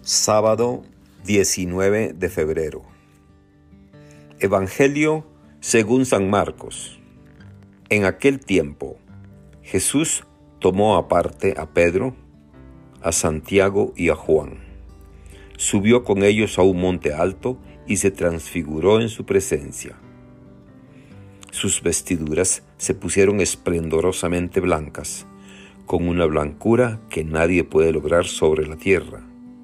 Sábado 19 de febrero. Evangelio según San Marcos. En aquel tiempo, Jesús tomó aparte a Pedro, a Santiago y a Juan. Subió con ellos a un monte alto y se transfiguró en su presencia. Sus vestiduras se pusieron esplendorosamente blancas, con una blancura que nadie puede lograr sobre la tierra.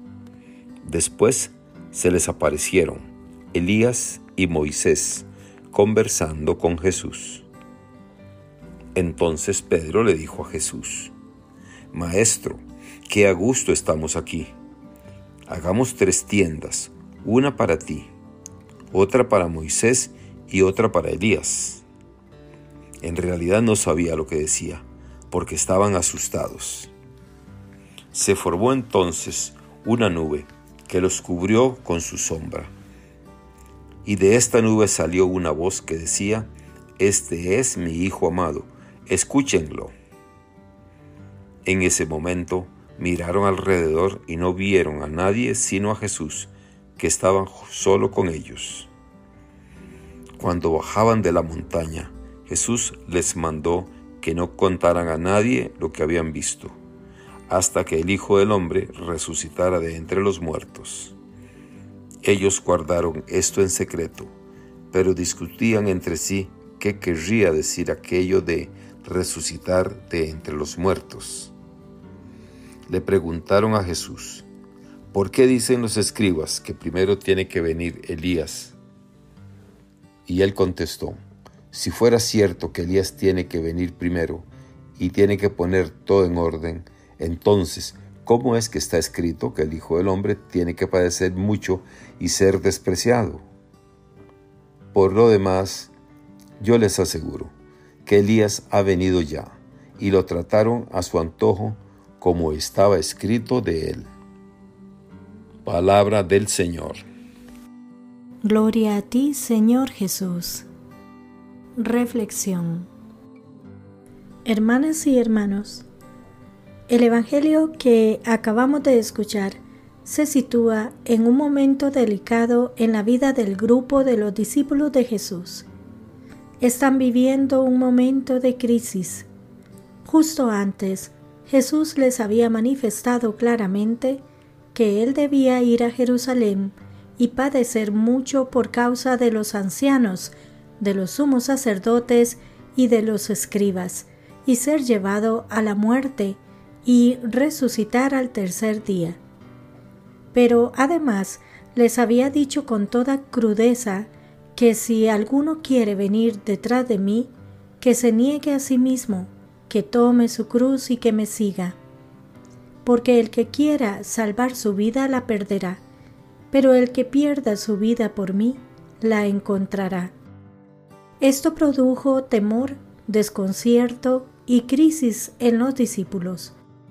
Después se les aparecieron Elías y Moisés conversando con Jesús. Entonces Pedro le dijo a Jesús: Maestro, qué a gusto estamos aquí. Hagamos 3 tiendas, una para ti, otra para Moisés y otra para Elías. En realidad no sabía lo que decía, porque estaban asustados. Se formó entonces una nube que los cubrió con su sombra. Y de esta nube salió una voz que decía: Este es mi Hijo amado, escúchenlo. En ese momento miraron alrededor y no vieron a nadie sino a Jesús, que estaba solo con ellos. Cuando bajaban de la montaña, Jesús les mandó que no contaran a nadie lo que habían visto, hasta que el Hijo del Hombre resucitara de entre los muertos. Ellos guardaron esto en secreto, pero discutían entre sí qué querría decir aquello de resucitar de entre los muertos. Le preguntaron a Jesús: ¿por qué dicen los escribas que primero tiene que venir Elías? Y él contestó: si fuera cierto que Elías tiene que venir primero y tiene que poner todo en orden, entonces, ¿cómo es que está escrito que el Hijo del Hombre tiene que padecer mucho y ser despreciado? Por lo demás, yo les aseguro que Elías ha venido ya, y lo trataron a su antojo, como estaba escrito de él. Palabra del Señor. Gloria a ti, Señor Jesús. Reflexión. Hermanas y hermanos, el Evangelio que acabamos de escuchar se sitúa en un momento delicado en la vida del grupo de los discípulos de Jesús. Están viviendo un momento de crisis. Justo antes, Jesús les había manifestado claramente que Él debía ir a Jerusalén y padecer mucho por causa de los ancianos, de los sumos sacerdotes y de los escribas, y ser llevado a la muerte y resucitar al tercer día. Pero además les había dicho con toda crudeza que si alguno quiere venir detrás de mí, que se niegue a sí mismo, que tome su cruz y que me siga. Porque el que quiera salvar su vida la perderá, pero el que pierda su vida por mí la encontrará. Esto produjo temor, desconcierto y crisis en los discípulos.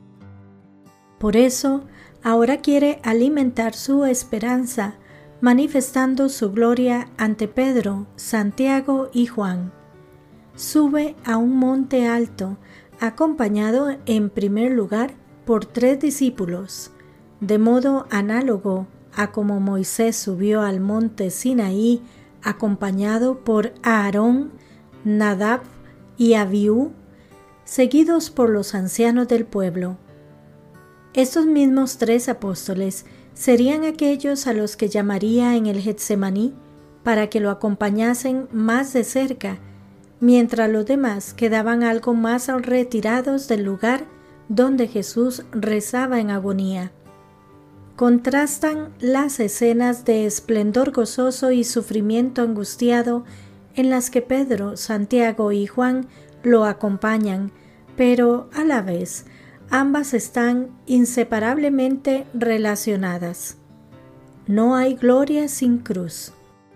Por eso, ahora quiere alimentar su esperanza, manifestando su gloria ante Pedro, Santiago y Juan. Sube a un monte alto, acompañado en primer lugar por 3 discípulos, de modo análogo a como Moisés subió al monte Sinaí, acompañado por Aarón, Nadab y Abiú, seguidos por los ancianos del pueblo. Estos mismos 3 apóstoles serían aquellos a los que llamaría en el Getsemaní para que lo acompañasen más de cerca, mientras los demás quedaban algo más retirados del lugar donde Jesús rezaba en agonía. Contrastan las escenas de esplendor gozoso y sufrimiento angustiado en las que Pedro, Santiago y Juan lo acompañan, pero a la vez ambas están inseparablemente relacionadas. No hay gloria sin cruz.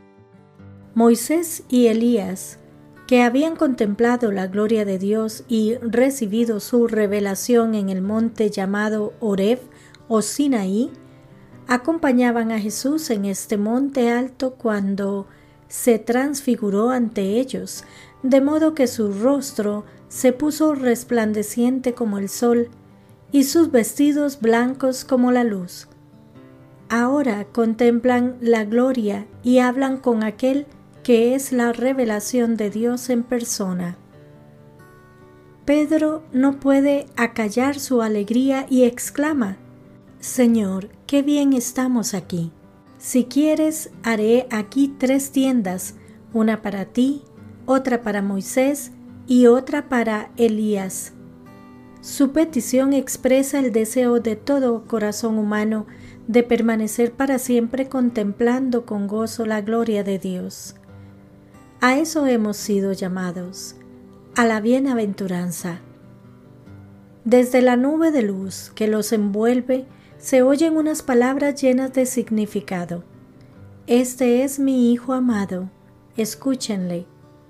Moisés y Elías, que habían contemplado la gloria de Dios y recibido su revelación en el monte llamado Horeb o Sinaí, acompañaban a Jesús en este monte alto cuando se transfiguró ante ellos, de modo que su rostro se puso resplandeciente como el sol y sus vestidos blancos como la luz. ahora contemplan la gloria y hablan con aquel que es la revelación de Dios en persona. Pedro no puede acallar su alegría y exclama: Señor, qué bien estamos aquí. Si quieres, haré aquí 3 tiendas, una para ti, otra para Moisés y otra para Elías. Su petición expresa el deseo de todo corazón humano de permanecer para siempre contemplando con gozo la gloria de Dios. A eso hemos sido llamados, a la bienaventuranza. Desde la nube de luz que los envuelve, se oyen unas palabras llenas de significado. Este es mi Hijo amado, escúchenle.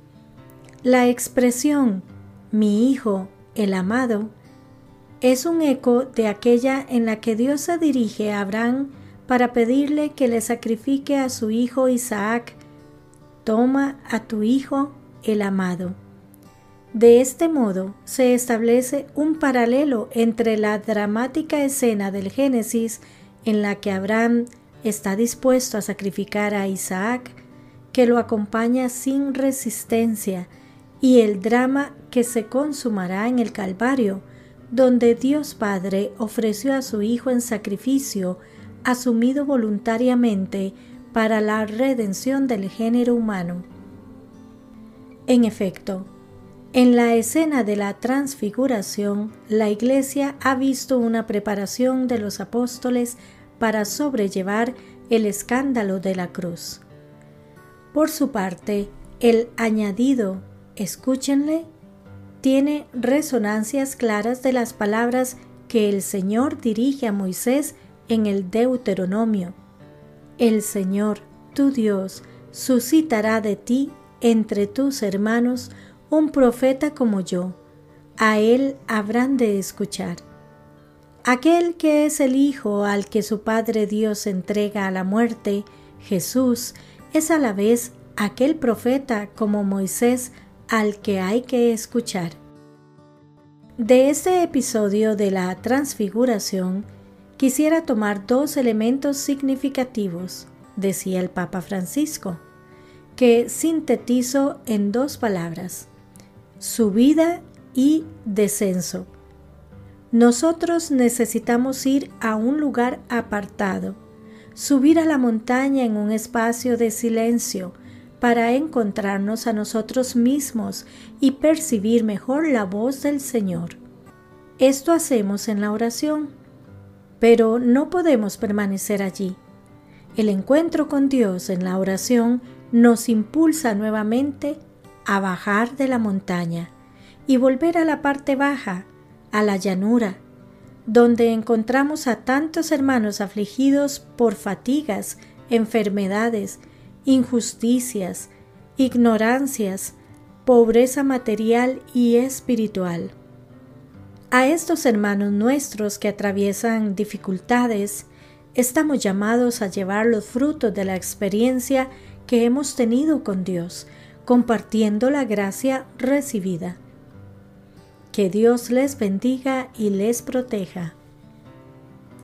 La expresión, mi Hijo, el amado, es un eco de aquella en la que Dios se dirige a Abraham para pedirle que le sacrifique a su hijo Isaac. Toma a tu hijo, el amado. De este modo se establece un paralelo entre la dramática escena del Génesis en la que Abraham está dispuesto a sacrificar a Isaac, que lo acompaña sin resistencia, y el drama que se consumará en el Calvario, donde Dios Padre ofreció a su Hijo en sacrificio, asumido voluntariamente para la redención del género humano. En efecto, en la escena de la transfiguración, la Iglesia ha visto una preparación de los apóstoles para sobrellevar el escándalo de la cruz. Por su parte, el añadido, escúchenle, tiene resonancias claras de las palabras que el Señor dirige a Moisés en el Deuteronomio. El Señor, tu Dios, suscitará de ti, entre tus hermanos, un profeta como yo. A él habrán de escuchar. Aquel que es el Hijo al que su Padre Dios entrega a la muerte, Jesús, es a la vez aquel profeta como Moisés al que hay que escuchar. De este episodio de la transfiguración, quisiera tomar 2 elementos significativos, decía el Papa Francisco, que sintetizo en 2 palabras: subida y descenso. Nosotros necesitamos ir a un lugar apartado, subir a la montaña en un espacio de silencio, para encontrarnos a nosotros mismos y percibir mejor la voz del Señor. Esto hacemos en la oración, pero no podemos permanecer allí. El encuentro con Dios en la oración nos impulsa nuevamente a bajar de la montaña y volver a la parte baja, a la llanura, donde encontramos a tantos hermanos afligidos por fatigas, enfermedades, injusticias, ignorancias, pobreza material y espiritual. A estos hermanos nuestros que atraviesan dificultades, estamos llamados a llevar los frutos de la experiencia que hemos tenido con Dios, compartiendo la gracia recibida. Que Dios les bendiga y les proteja.